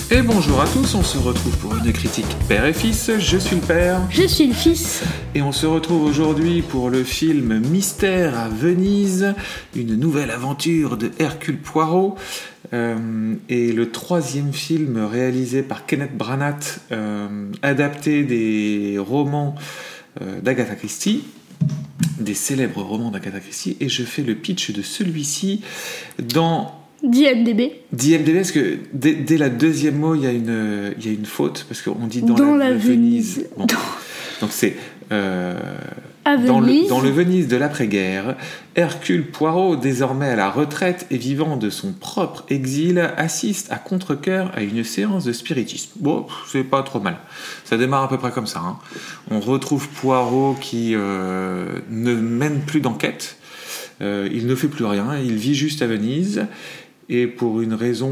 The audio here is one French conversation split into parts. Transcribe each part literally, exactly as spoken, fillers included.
Et bonjour à tous, on se retrouve pour une critique père et fils. Je suis le père. Je suis le fils. Et on se retrouve aujourd'hui pour le film Mystère à Venise, une nouvelle aventure de Hercule Poirot. Euh, et le troisième film réalisé par Kenneth Branagh, euh, adapté des romans euh, d'Agatha Christie, des célèbres romans d'Agatha Christie. Et je fais le pitch de celui-ci dans... d'I M D B. d'I M D B, parce que dès, dès la deuxième mot, il y a une, il y a une faute, parce qu'on dit dans, dans la, la le Venise. Venise. Bon. Donc c'est euh, à dans, Venise. le, dans le Venise de l'après-guerre, Hercule Poirot, désormais à la retraite et vivant de son propre exil, assiste à contre-cœur à une séance de spiritisme. Bon, c'est pas trop mal. Ça démarre à peu près comme ça. Hein. On retrouve Poirot qui euh, ne mène plus d'enquête. Euh, il ne fait plus rien. Il vit juste à Venise. Et pour une raison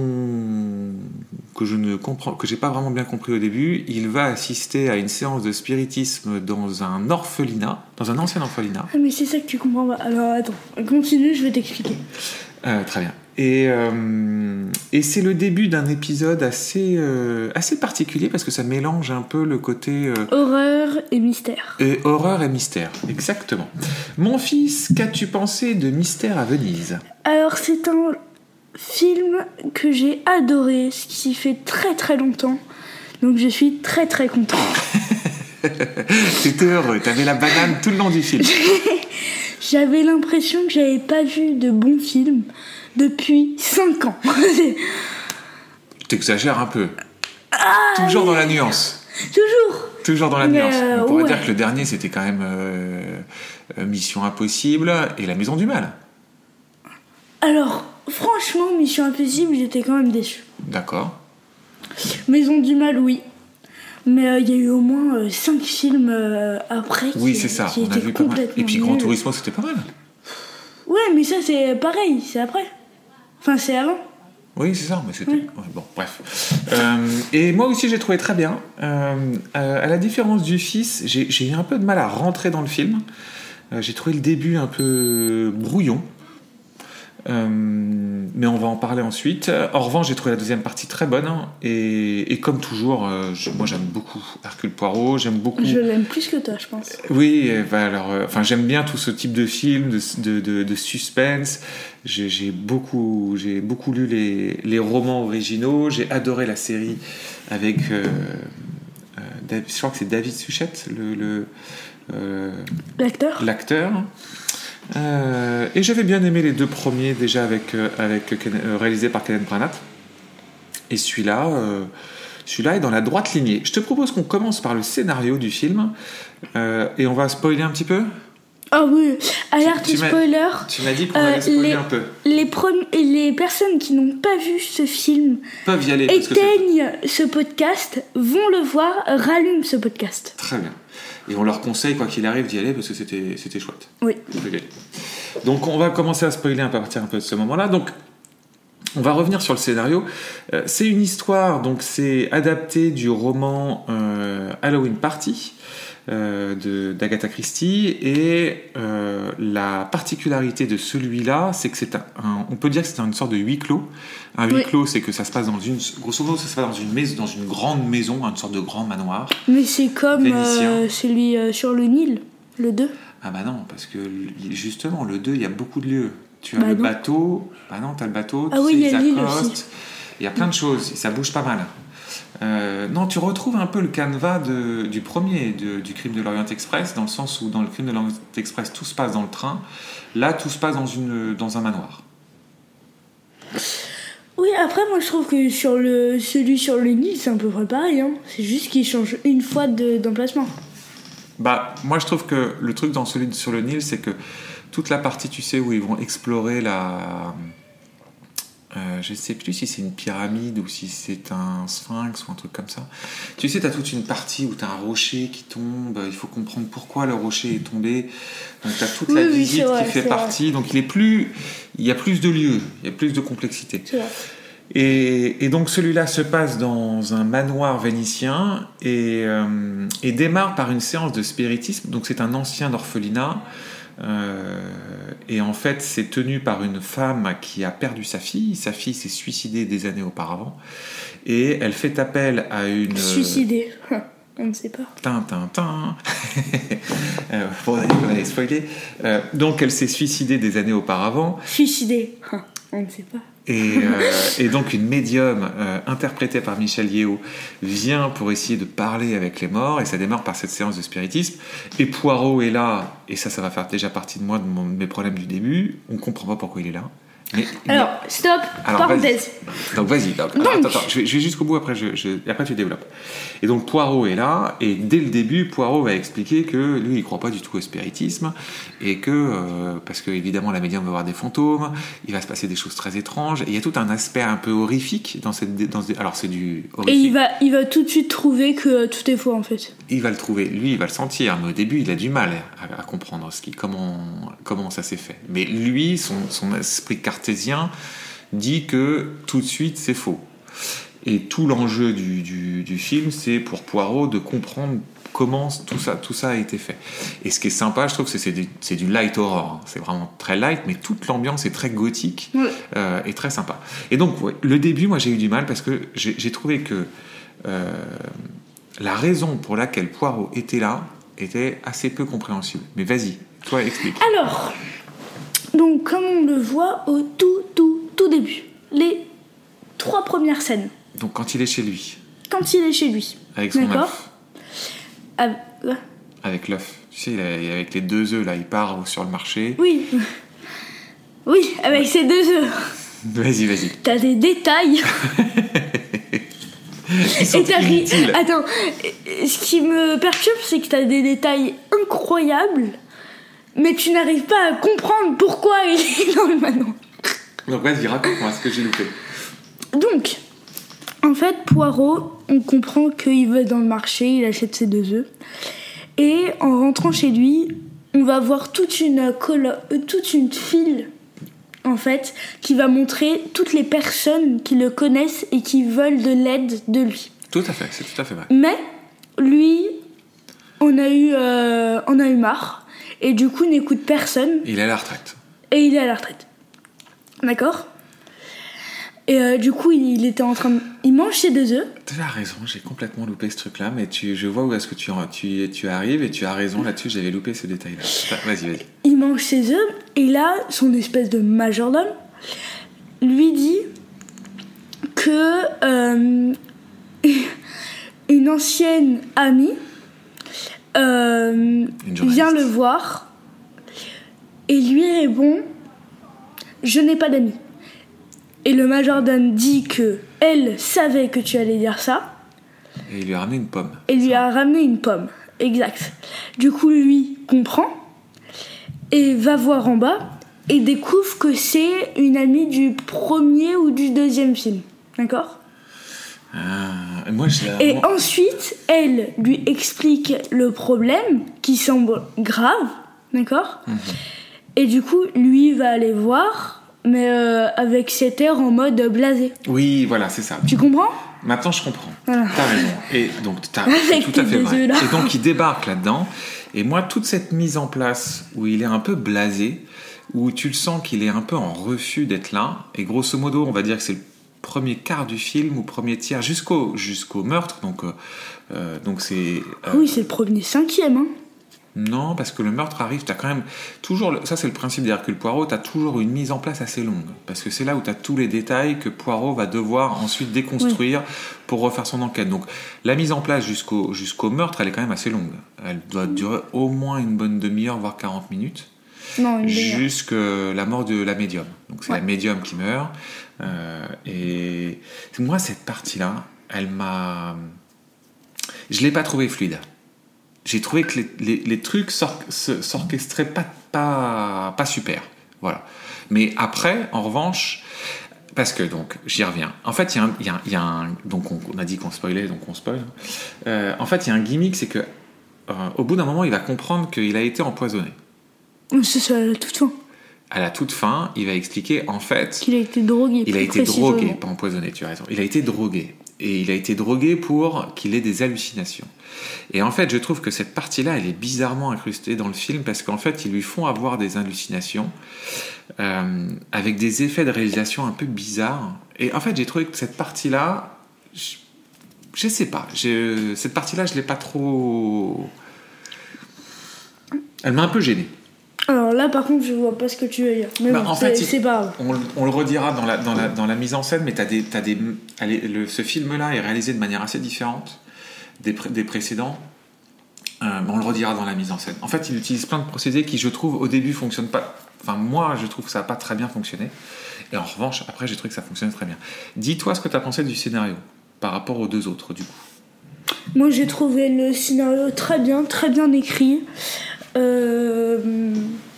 que je ne comprends, que j'ai pas vraiment bien compris au début, il va assister à une séance de spiritisme dans un orphelinat, dans un ancien orphelinat. Ah mais c'est ça que tu comprends pas. Alors attends, continue, je vais t'expliquer. Euh, très bien. Et, euh, et c'est le début d'un épisode assez, euh, assez particulier parce que ça mélange un peu le côté... Euh, horreur et mystère. Et horreur et mystère, exactement. Mon fils, qu'as-tu pensé de Mystère à Venise ? Alors c'est un... film que j'ai adoré, ce qui fait très très longtemps, donc je suis très très content. T'étais heureux, t'avais la banane tout le long du film. J'avais l'impression que j'avais pas vu de bons films depuis cinq ans. T'exagères un peu. Ah, Toujours dans la nuance. Toujours. Toujours dans la Mais nuance. euh, On pourrait ouais. dire que le dernier c'était quand même euh, euh, Mission Impossible et La Maison du Mal. Alors, franchement, Mission Impossible, j'étais quand même déçue. D'accord. Maison du Mal, oui. Mais il euh, y a eu au moins cinq euh, films euh, après qui, oui, c'est ça. qui On a étaient vu pas mal. complètement Et puis Gran nuls. Turismo, c'était pas mal. Ouais, mais ça, c'est pareil, c'est après. Enfin, c'est avant. Oui, c'est ça, mais c'était... Oui. Ouais, bon, bref. Euh, et moi aussi, j'ai trouvé très bien. Euh, euh, à la différence du fils, j'ai, j'ai eu un peu de mal à rentrer dans le film. Euh, j'ai trouvé le début un peu brouillon. Euh, mais on va en parler ensuite. En revanche, j'ai trouvé la deuxième partie très bonne. Hein, et, et comme toujours, euh, je, moi, j'aime beaucoup Hercule Poirot. J'aime beaucoup... Je l'aime plus que toi, je pense. Oui, bah alors, euh, enfin, j'aime bien tout ce type de film, de, de, de, de suspense. J'ai, j'ai, beaucoup, j'ai beaucoup lu les, les romans originaux. J'ai adoré la série avec... Euh, euh, David, je crois que c'est David Suchet, le, le, euh, l'acteur. l'acteur. Euh, et j'avais bien aimé les deux premiers, déjà avec, euh, avec, euh, réalisés par Kenneth Branagh. Et celui-là... Euh, Celui-là est dans la droite lignée. Je te propose qu'on commence par le scénario du film euh, et on va spoiler un petit peu. Ah oui, alerte tu, tu spoiler. M'as, tu m'as dit qu'on euh, allait spoiler les, un peu. Les, pre- les personnes qui n'ont pas vu ce film peuvent y aller. Éteignent ce podcast, vont le voir, rallument ce podcast. Très bien. Et on leur conseille, quoi qu'il arrive, d'y aller parce que c'était, c'était chouette. Oui. Donc on va commencer à spoiler à partir un peu de ce moment-là. Donc on va revenir sur le scénario. Euh, c'est une histoire, donc c'est adapté du roman euh, Halloween Party euh, de, d'Agatha Christie. Et euh, la particularité de celui-là, c'est que c'est un, un, on peut dire que c'est une sorte de huis clos. Un huis oui. clos, c'est que ça se passe dans une, grosso modo, ça se passe dans une maison, dans une grande maison, une sorte de grand manoir. Mais c'est comme euh, celui euh, sur le Nil, le deux. Ah bah non, parce que justement, le deux, il y a beaucoup de lieux. Tu as bah le non. bateau, bah non, t'as le bateau, ah tu oui, sais, il ils accostent, il y a plein de choses, et ça bouge pas mal. Euh, non, tu retrouves un peu le canevas de, du premier, de, du crime de l'Orient Express, dans le sens où dans le crime de l'Orient Express, tout se passe dans le train, là, tout se passe dans, une, dans un manoir. Oui, après, moi, je trouve que sur le, celui sur le Nil, c'est un peu près pareil, hein. C'est juste qu'il change une fois de, d'emplacement. Bah, moi, je trouve que le truc dans celui sur le Nil, c'est que toute la partie, tu sais, où ils vont explorer la... Euh, je ne sais plus si c'est une pyramide ou si c'est un sphinx ou un truc comme ça. Tu sais, tu as toute une partie où tu as un rocher qui tombe, il faut comprendre pourquoi le rocher est tombé. Donc tu as toute oui, la oui, visite vrai, qui fait partie. Vrai. Donc il est plus... il y a plus de lieux, il y a plus de complexité. C'est vrai. Et, et donc celui-là se passe dans un manoir vénitien et, euh, et démarre par une séance de spiritisme. Donc c'est un ancien orphelinat. Euh, et en fait, c'est tenu par une femme qui a perdu sa fille. Sa fille s'est suicidée des années auparavant. Et elle fait appel à une... Suicidée. On ne sait pas. Tin, tin, tin. euh, bon, on allait spoiler. Euh, donc, elle s'est suicidée des années auparavant. Suicidée. On ne sait pas. Et, euh, et donc une médium euh, interprétée par Michelle Yeoh vient pour essayer de parler avec les morts, et ça démarre par cette séance de spiritisme. Et Poirot est là, et ça, ça va faire déjà partie de moi, de, mon, de mes problèmes du début. On comprend pas pourquoi il est là. Mais, Alors, mais... stop, alors, parenthèse. Vas-y. Donc vas-y, donc, donc... Attends, attends, je vais, je vais jusqu'au bout, après, je, je, et après tu développes. Et donc Poirot est là, et dès le début, Poirot va expliquer que lui, il croit pas du tout au spiritisme, et que, euh, parce que évidemment la médium va voir des fantômes, il va se passer des choses très étranges, et il y a tout un aspect un peu horrifique dans cette... Dans ce, alors c'est du horrifique. Et il va, il va tout de suite trouver que tout est faux, en fait. Il va le trouver, lui, il va le sentir, mais au début, il a du mal à, à comprendre ce qui, comment, comment ça s'est fait. Mais lui, son, son esprit cartésien dit que tout de suite c'est faux. Et tout l'enjeu du, du, du film, c'est pour Poirot de comprendre comment tout ça, tout ça a été fait. Et ce qui est sympa, je trouve que c'est, c'est, du, c'est du light horror. C'est vraiment très light, mais toute l'ambiance est très gothique ouais. euh, et très sympa. Et donc, ouais, le début, moi j'ai eu du mal parce que j'ai, j'ai trouvé que euh, la raison pour laquelle Poirot était là était assez peu compréhensible. Mais vas-y, toi explique. Alors, donc comme on le voit au tout, tout, tout début, les trois premières scènes. Donc quand il est chez lui. Quand il est chez lui. Avec son D'accord. œuf. Avec, ouais. Avec l'œuf. Tu sais, il a, avec les deux œufs, là, il part sur le marché. Oui. Oui, avec ses deux œufs. Vas-y, vas-y. T'as des détails. Ils sont Et t'as ri... inutiles. Attends, ce qui me perturbe, c'est que t'as des détails incroyables, mais tu n'arrives pas à comprendre pourquoi il est dans le manoir. Donc vas-y, raconte-moi ce que j'ai loupé. Donc, en fait, Poirot, on comprend qu'il va dans le marché, il achète ses deux œufs. Et en rentrant chez lui, on va voir toute une, colo- toute une file, en fait, qui va montrer toutes les personnes qui le connaissent et qui veulent de l'aide de lui. Tout à fait, c'est tout à fait vrai. Mais, lui, on a eu, euh, on a eu marre. Et du coup, n'écoute personne. Il est à la retraite. Et il est à la retraite. D'accord ? Et euh, du coup, il, il était en train de... Il mange ses deux œufs. Tu as raison, j'ai complètement loupé ce truc-là, mais tu, je vois où est-ce que tu, tu, tu arrives, et tu as raison là-dessus, j'avais loupé ce détail-là. Vas-y, vas-y. Il mange ses œufs, et là, son espèce de majordome lui dit que euh, une ancienne amie euh, vient le voir, et lui répond « Je n'ai pas d'amis ». Et le majordome dit que elle savait que tu allais dire ça. Et il lui a ramené une pomme. Et lui a ramené une pomme, exact. Du coup, lui comprend et va voir en bas et découvre que c'est une amie du premier ou du deuxième film, d'accord ? Ah, moi, je et moi... ensuite, elle lui explique le problème qui semble grave, d'accord ? Mm-hmm. Et du coup, lui va aller voir. Mais euh, avec cet air en mode blasé. Oui, voilà, c'est ça. Tu comprends ? Maintenant, je comprends. Voilà. T'as raison. Et donc, t'as, c'est tout à fait vrai. Là. Et donc, il débarque là-dedans. Et moi, toute cette mise en place où il est un peu blasé, où tu le sens qu'il est un peu en refus d'être là, et grosso modo, on va dire que c'est le premier quart du film, ou premier tiers, jusqu'au, jusqu'au meurtre. Donc, euh, donc c'est... Euh... Oui, c'est le premier cinquième, hein. Non, parce que le meurtre arrive, t'as quand même toujours, ça c'est le principe d'Hercule Poirot, t'as toujours une mise en place assez longue, parce que c'est là où t'as tous les détails que Poirot va devoir ensuite déconstruire oui. pour refaire son enquête. Donc la mise en place jusqu'au, jusqu'au meurtre, elle est quand même assez longue. Elle doit durer au moins une bonne demi-heure, voire quarante minutes. Non, une jusqu'à la mort de la médium. Donc c'est ouais. la médium qui meurt. Euh, et moi, cette partie-là, elle m'a... Je l'ai pas trouvée fluide. J'ai trouvé que les, les, les trucs s'or- s'orchestraient pas, pas, pas super. Voilà. Mais après, en revanche, parce que, donc, j'y reviens. En fait, il y a un... Y a, y a un donc, on, on a dit qu'on spoilait, donc on spoil. Euh, en fait, il y a un gimmick, c'est que euh, au bout d'un moment, il va comprendre qu'il a été empoisonné. C'est ça, à la toute fin. À la toute fin, il va expliquer, en fait... Qu'il a été drogué. Il a été drogué, pas empoisonné, tu as raison. Il a été drogué. et il a été drogué pour qu'il ait des hallucinations. Et en fait, je trouve que cette partie-là, elle est bizarrement incrustée dans le film parce qu'en fait, ils lui font avoir des hallucinations euh, avec des effets de réalisation un peu bizarres. Et en fait, j'ai trouvé que cette partie-là, je, je sais pas, je, cette partie-là, je l'ai pas trop. Elle m'a un peu gêné. Alors là, par contre, je vois pas ce que tu veux dire. Mais bah, bon, en c'est, fait, c'est pas grave. On, on le redira dans la, dans la, dans la mise en scène, mais t'as des, t'as des, allez, le, ce film-là est réalisé de manière assez différente des, pré, des précédents. Euh, mais on le redira dans la mise en scène. En fait, il utilise plein de procédés qui, je trouve, au début, fonctionnent pas. Enfin, moi, je trouve que ça n'a pas très bien fonctionné. Et en revanche, après, j'ai trouvé que ça fonctionnait très bien. Dis-toi ce que tu as pensé du scénario par rapport aux deux autres, du coup. Moi, j'ai trouvé le scénario très bien, très bien écrit. Euh...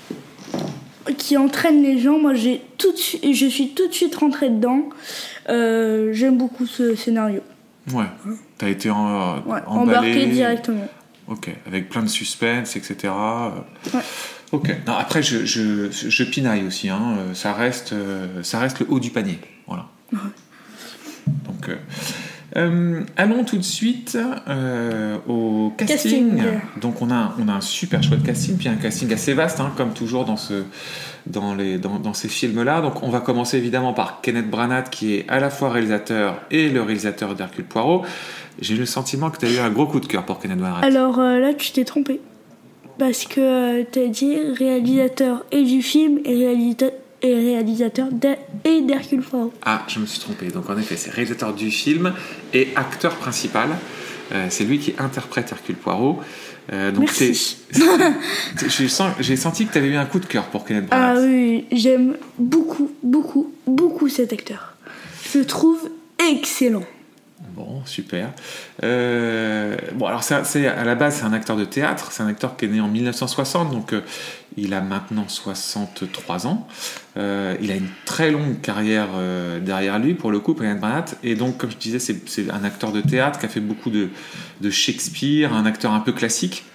qui entraîne les gens. Moi, j'ai tout de suite, je suis tout de suite rentrée dedans. Euh, j'aime beaucoup ce scénario. Ouais, t'as été en, ouais, emballé. Embarqué directement. Ok, avec plein de suspense, et cetera. Ouais. Ok. Non, après, je, je, je pinaille aussi. Hein. Ça reste, ça reste le haut du panier. Voilà. Ouais. Donc, euh, euh, allons tout de suite euh, au casting. casting. Donc, on a, on a un super chouette casting, puis un casting assez vaste, hein, comme toujours dans ce, dans les, dans, dans ces films-là. Donc, on va commencer évidemment par Kenneth Branagh, qui est à la fois réalisateur et le réalisateur d'Hercule Poirot. J'ai le sentiment que tu as eu un gros coup de cœur pour Kenneth Branagh. Alors euh, là, tu t'es trompé. Parce que euh, tu as dit réalisateur et du film et, réalita- et réalisateur d'Her- et d'Hercule Poirot. Ah, je me suis trompé. Donc en effet, c'est réalisateur du film et acteur principal. Euh, c'est lui qui interprète Hercule Poirot. Euh, donc Merci. C'est, c'est, j'ai, sens, j'ai senti que tu avais eu un coup de cœur pour Kenneth Branagh. Ah oui, j'aime beaucoup, beaucoup, beaucoup cet acteur. Je le trouve excellent. Bon, super. Euh, bon, alors c'est, c'est, à la base, c'est un acteur de théâtre. C'est un acteur qui est né en dix-neuf cent soixante, donc euh, il a maintenant soixante-trois ans. Euh, il a une très longue carrière euh, derrière lui, pour le coup, Kenneth Branagh. Et donc, comme je disais, c'est, c'est un acteur de théâtre qui a fait beaucoup de, de Shakespeare, un acteur un peu classique.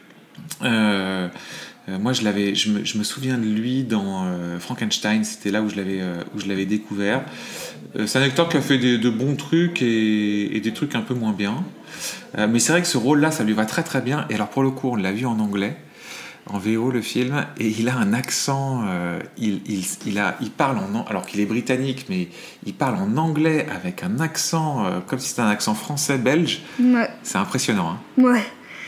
Euh, euh, moi, je, l'avais, je, me, je me souviens de lui dans euh, Frankenstein. C'était là où je l'avais, euh, où je l'avais découvert. Euh, c'est un acteur qui a fait des, de bons trucs et, et des trucs un peu moins bien. Euh, mais c'est vrai que ce rôle-là, ça lui va très très bien. Et alors, pour le coup, on l'a vu en anglais, en V O, le film, et il a un accent. Euh, il, il, il, a, il parle en, alors qu'il est britannique, mais il parle en anglais avec un accent euh, comme si c'était un accent français-belge. Ouais. C'est impressionnant. Hein. Ouais.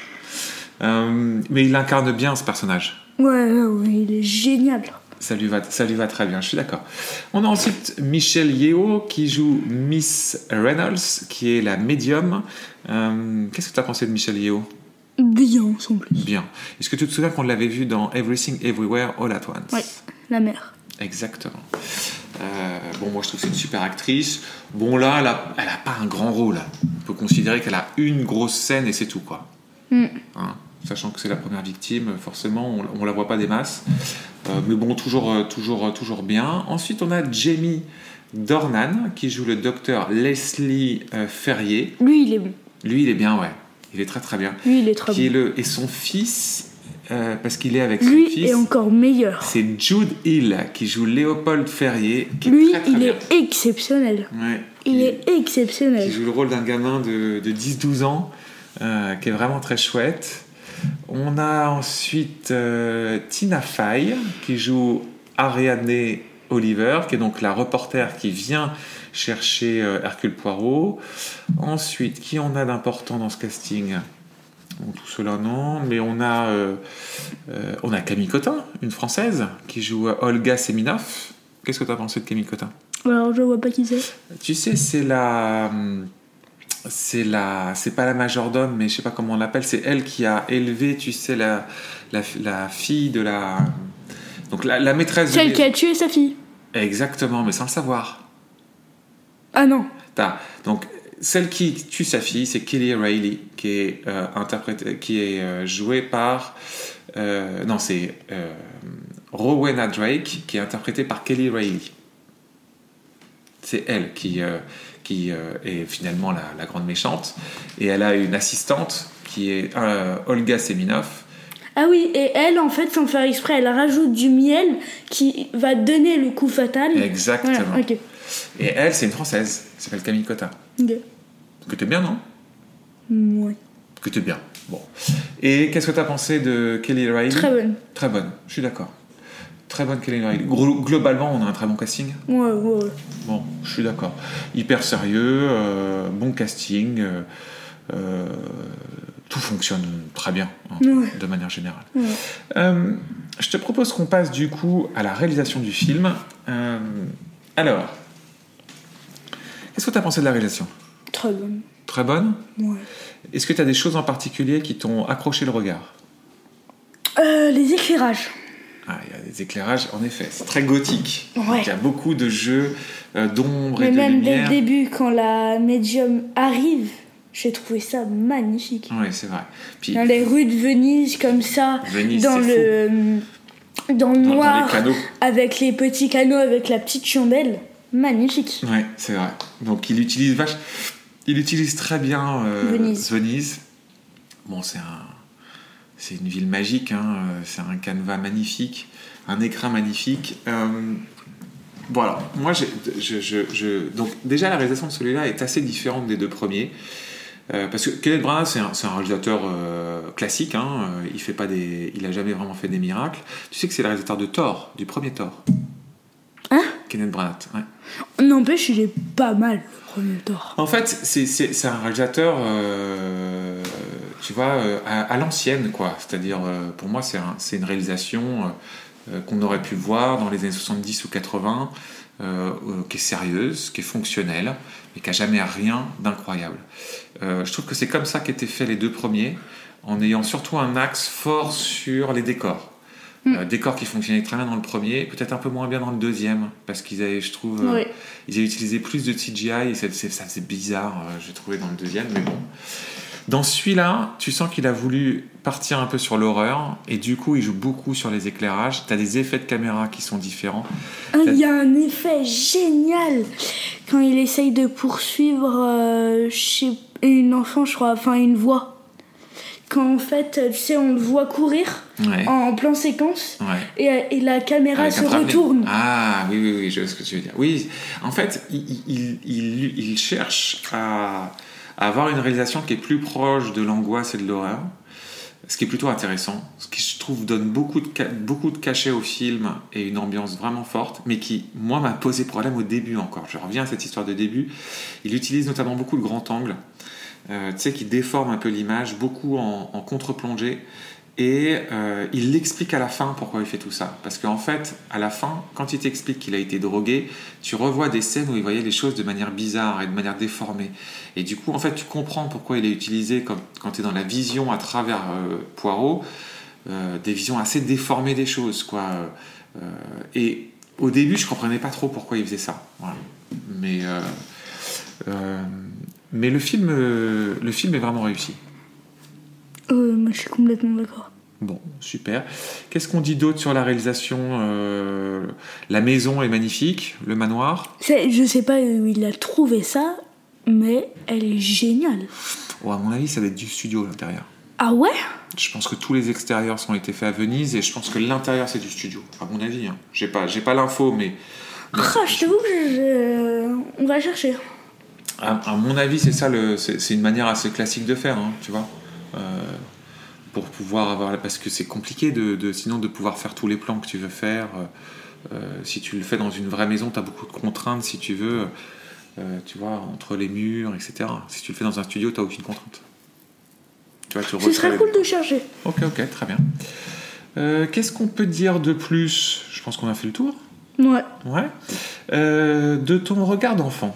Euh, mais il incarne bien ce personnage. Ouais, ouais, il est génial. Ça lui va, ça lui va très bien, je suis d'accord. On a ensuite Michelle Yeoh qui joue Miss Reynolds, qui est la médium. Euh, qu'est-ce que tu as pensé de Michelle Yeoh ? Bien, sans plus. Bien. Est-ce que tu te souviens qu'on l'avait vue dans Everything Everywhere All at Once ? Oui, la mère. Exactement. Euh, bon, moi je trouve que c'est une super actrice. Bon, là, elle a, elle a pas un grand rôle. On peut considérer qu'elle a une grosse scène et c'est tout, quoi. Mm. Hein ? Sachant que c'est la première victime, forcément, on ne la voit pas des masses. Euh, mais bon, toujours, toujours, toujours bien. Ensuite, on a Jamie Dornan, qui joue le docteur Leslie euh, Ferrier. Lui, il est bon. Lui, il est bien, ouais. Il est très, très bien. Lui, il est très qui bon. Est le, et son fils, euh, parce qu'il est avec Lui son fils... est encore meilleur. C'est Jude Hill, qui joue Léopold Ferrier. Qui Lui, est très, très il bien. est exceptionnel. Ouais, il qui, est exceptionnel. Qui joue le rôle d'un gamin de, de dix douze ans, euh, qui est vraiment très chouette. On a ensuite euh, Tina Fey qui joue Ariadne Oliver, qui est donc la reporter qui vient chercher euh, Hercule Poirot. Ensuite, qui on a d'important dans ce casting ? Bon, tout cela non, mais on a, euh, euh, on a Camille Cotin, une Française, qui joue Olga Seminov. Qu'est-ce que tu as pensé de Camille Cotin ? Alors, je vois pas qui c'est. Tu sais, c'est la... C'est la, c'est pas la majordome, mais je sais pas comment on l'appelle. C'est elle qui a élevé, tu sais, la, la, la fille de la, donc la, la maîtresse. Celle de... qui a tué sa fille. Exactement, mais sans le savoir. Ah non. T'as, donc celle qui tue sa fille, c'est Kelly Reilly, qui est euh, interprétée, qui est euh, jouée par, euh, non, c'est euh, Rowena Drake, qui est interprétée par Kelly Reilly. C'est elle qui euh, qui euh, est finalement la, la grande méchante, et elle a une assistante qui est euh, Olga Seminov. Ah oui, et elle, en fait, sans faire exprès, elle rajoute du miel qui va donner le coup fatal. Exactement. Voilà, ok. Et elle, c'est une Française, elle s'appelle Camille Cotin. Ok. Que t'es bien, non? Ouais. Que t'es bien. Bon. Et qu'est-ce que t'as pensé de Kelly Reilly? Très bonne. Très bonne, je suis d'accord. Très bonne Kelly Reilly. Glo- Globalement, on a un très bon casting. Ouais, ouais, ouais. Bon, je suis d'accord. Hyper sérieux, euh, bon casting. Euh, euh, tout fonctionne très bien, hein, Ouais. de manière générale. Ouais. Euh, je te propose qu'on passe du coup à la réalisation du film. Euh, alors, qu'est-ce que tu as pensé de la réalisation? Très bonne. Très bonne? Ouais. Est-ce que tu as des choses en particulier qui t'ont accroché le regard? Euh, les éclairages. Ah, il y a des éclairages, en effet, c'est très gothique. Ouais. Donc, il y a beaucoup de jeux euh, d'ombre Mais et de même lumière. dès le début, quand la médium arrive, j'ai trouvé ça magnifique. Oui, c'est vrai. Puis, Dans les rues de Venise, comme ça, Venise, dans c'est le dans le Dans- dans noir, les canaux. avec les petits canaux, avec la petite chandelle, magnifique. Ouais, c'est vrai. Donc il utilise vache, il utilise très bien euh, Venise. Venise. Bon, c'est un, c'est une ville magique. Hein, euh, c'est un canevas magnifique, un écrin magnifique. Euh, voilà. Moi, j'ai, je, je, je, donc déjà la réalisation de celui-là est assez différente des deux premiers. Euh, parce que Kenneth Branagh, c'est un, c'est un réalisateur euh, classique. Hein, euh, il fait pas des, il a jamais vraiment fait des miracles. Tu sais que c'est le réalisateur de Thor, du premier Thor. Hein? Kenneth Branagh. Ouais. N'empêche, il est pas mal, le premier Thor. En fait, c'est, c'est, c'est un réalisateur, euh, tu vois, euh, à, à l'ancienne, quoi. C'est-à-dire, euh, pour moi, c'est, un, c'est une réalisation euh, qu'on aurait pu voir dans les années soixante-dix ou quatre-vingts, euh, euh, qui est sérieuse, qui est fonctionnelle, mais qui n'a jamais rien d'incroyable. Euh, je trouve que c'est comme ça qu'étaient faits les deux premiers, en ayant surtout un axe fort sur les décors. Mm. Euh, décors qui fonctionnaient très bien dans le premier, peut-être un peu moins bien dans le deuxième, parce qu'ils avaient, je trouve, euh, Oui. ils avaient utilisé plus de C G I et c'est, c'est, ça c'est bizarre, euh, j'ai trouvé dans le deuxième, mais bon. Dans celui-là, tu sens qu'il a voulu partir un peu sur l'horreur et du coup, il joue beaucoup sur les éclairages. T'as des effets de caméra qui sont différents. Ah, il y a un effet génial quand il essaye de poursuivre euh, chez une enfant, je crois, enfin une voix. Quand en fait, tu sais, on le voit courir Ouais. en plan séquence Ouais. et, et la caméra Avec se un travelling. retourne. Ah oui, oui, oui, je vois ce que tu veux dire. Oui, en fait, il, il, il, il cherche à, à avoir une réalisation qui est plus proche de l'angoisse et de l'horreur, ce qui est plutôt intéressant, ce qui je trouve donne beaucoup de, ca- beaucoup de cachet au film et une ambiance vraiment forte, mais qui, moi, m'a posé problème au début encore. Je reviens à cette histoire de début. Il utilise notamment beaucoup le grand angle, euh, tu sais, qui déforme un peu l'image, beaucoup en, en contre-plongée. Et euh, il l'explique à la fin pourquoi il fait tout ça. Parce qu'en fait, à la fin, quand il t'explique qu'il a été drogué, tu revois des scènes où il voyait les choses de manière bizarre et de manière déformée. Et du coup, en fait, tu comprends pourquoi il est utilisé comme, quand tu es dans la vision à travers euh, Poirot, euh, des visions assez déformées des choses, quoi. Euh, et au début, je comprenais pas trop pourquoi il faisait ça. Voilà. Mais, euh, euh, mais le film, euh, le film est vraiment réussi. Euh, moi, je suis complètement d'accord. Bon, super. Qu'est-ce qu'on dit d'autre sur la réalisation? euh, La maison est magnifique, le manoir. C'est, je sais pas où il a trouvé ça, mais elle est géniale. Oh, à mon avis, ça va être du studio, l'intérieur. Ah ouais? Je pense que tous les extérieurs ont été faits à Venise et je pense que l'intérieur, c'est du studio, à mon avis. Hein. J'ai pas, j'ai pas l'info, mais... Ah, je t'avoue que je... on va chercher. À, à mon avis, c'est ça, le, c'est, c'est une manière assez classique de faire, hein, tu vois. Euh, pour pouvoir avoir... Parce que c'est compliqué, de, de, sinon, de pouvoir faire tous les plans que tu veux faire. Euh, si tu le fais dans une vraie maison, tu as beaucoup de contraintes, si tu veux, euh, tu vois, entre les murs, et cetera. Si tu le fais dans un studio, tu n'as aucune contrainte. Tu vois, tu Ce serait cool de chercher. Ok, ok, très bien. Euh, qu'est-ce qu'on peut dire de plus? Je pense qu'on a fait le tour. Ouais. Ouais. Euh, de ton regard d'enfant.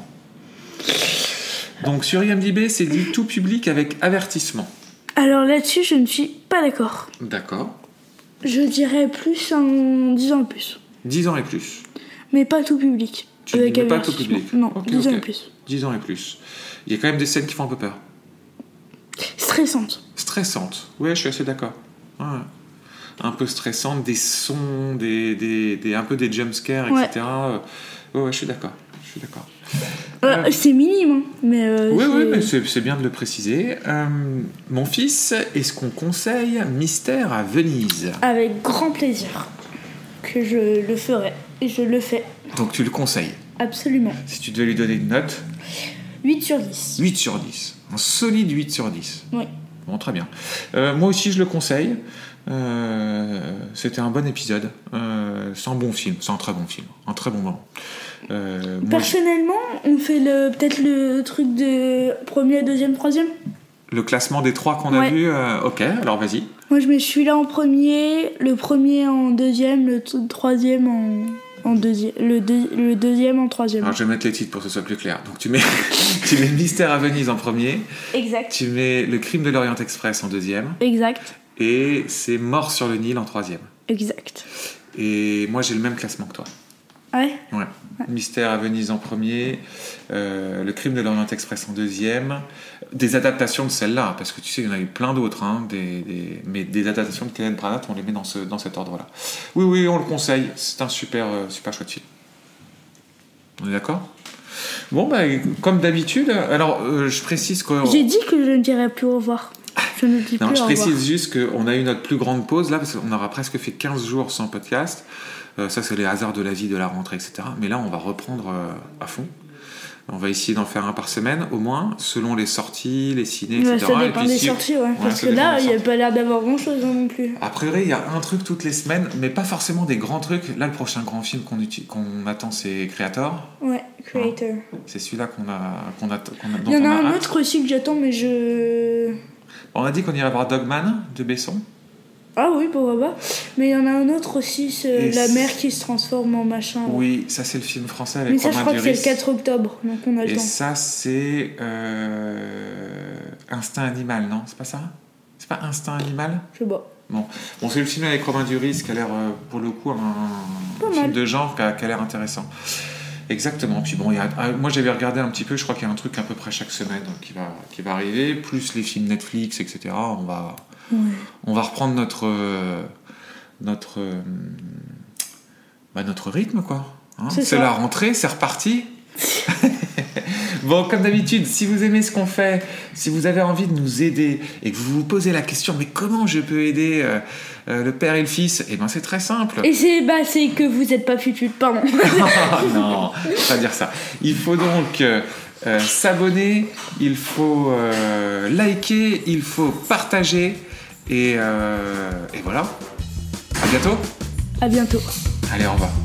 Donc sur I M D B, c'est dit tout public avec avertissement. Alors là-dessus, je ne suis pas d'accord. D'accord. Je dirais plus en dix ans et plus. dix ans et plus. Mais pas tout public. Tu Avec dis pas tout avertissement. public. Non, Ok, dix ans ok. et plus. dix ans et plus. Il y a quand même des scènes qui font un peu peur. Stressante. Stressantes. Ouais, je suis assez d'accord. Ouais. Un peu stressantes, des sons, des, des, des, un peu des jumpscares, Ouais. et cetera. Ouais, ouais, je suis d'accord. Je suis d'accord. Euh, Euh, C'est minime, hein, mais... Euh, Oui, c'est... oui, mais c'est, c'est bien de le préciser. Euh, mon fils, est-ce qu'on conseille Mystère à Venise? Avec grand plaisir que je le ferai. Et je le fais. Donc tu le conseilles. Absolument. Si tu devais lui donner une note, huit sur dix. huit sur dix. Un solide huit sur dix. Oui. Bon, très bien. Euh, moi aussi, je le conseille. Euh, c'était un bon épisode. Euh, c'est un bon film. C'est un très bon film. Un très bon moment. Euh, moi, Personnellement, on fait le, peut-être le truc de premier, deuxième, troisième. Le classement des trois qu'on a Ouais. vus, euh, ok, alors vas-y. Moi, je mets celui-là en premier, le premier en deuxième, le t- troisième en, en deuxième, le, deux- le deuxième en troisième. Alors je vais mettre les titres pour que ce soit plus clair. Donc tu mets, tu mets Mystère à Venise en premier, Exact. tu mets Le Crime de l'Orient Express en deuxième, Exact. et c'est Mort sur le Nil en troisième. Exact. Et moi j'ai le même classement que toi. Ouais. Ouais. Mystère à Venise en premier, euh, Le Crime de l'Orient Express en deuxième, des adaptations de celle-là, parce que tu sais, il y en a eu plein d'autres, hein, des, des, mais des adaptations de Kenneth Branagh, on les met dans, ce, dans cet ordre-là. Oui, oui, on le conseille, c'est un super, euh, super chouette film. On est d'accord ? Bon, bah, comme d'habitude, alors euh, je précise que... J'ai dit que je ne dirais plus au revoir. Je ne dis Non, plus je au revoir. précise juste qu'on a eu notre plus grande pause là, parce qu'on aura presque fait quinze jours sans podcast. Euh, ça, c'est les hasards de la vie, de la rentrée, et cetera. Mais là, on va reprendre euh, à fond. On va essayer d'en faire un par semaine, au moins, selon les sorties, les ciné, Ouais, et cetera. ça dépend Et puis, des si- sorties, ouais. Parce ça que dépend là, des il n'y a sorties. pas l'air d'avoir grand-chose hein, non plus. A priori, il y a un truc toutes les semaines, mais pas forcément des grands trucs. Là, le prochain grand film qu'on, uti- qu'on attend, c'est Creator. Ouais, Creator. C'est celui-là qu'on a, qu'on a, qu'on a, dont Il y en on a a un hâte. autre aussi que j'attends, mais je... On a dit qu'on irait voir Dogman de Besson. Ah oui, pourquoi pas. Mais il y en a un autre aussi, c'est Et la c'est- mer qui se transforme en machin. Oui, ça c'est le film français avec Mais ça, je Romain crois que c'est Duris. le quatre octobre, donc on a le Et temps. ça, c'est euh, Instinct Animal, non ? C'est pas ça ? C'est pas Instinct Animal ? Je sais pas. Bon, bon c'est le film avec Romain Duris qui a l'air, euh, pour le coup, un, Pas un film mal. de genre qui a, qui a l'air intéressant. Exactement. Puis bon, il y a, ah, moi j'avais regardé un petit peu, je crois qu'il y a un truc à peu près chaque semaine qui va, qui va arriver, plus les films Netflix, et cetera. On va, Ouais. on va reprendre notre, euh, notre, euh, bah, notre rythme, quoi. Hein, C'est c'est ça. la rentrée, c'est reparti. Bon, comme d'habitude, si vous aimez ce qu'on fait, si vous avez envie de nous aider et que vous vous posez la question, mais comment je peux aider euh, euh, le père et le fils ? Eh ben, c'est très simple. Et c'est bah, c'est que vous êtes pas futute, pardon. Non, faut pas dire ça. Il faut donc euh, euh, s'abonner, il faut euh, liker, il faut partager et, euh, et voilà. À bientôt. À bientôt. Allez, au revoir.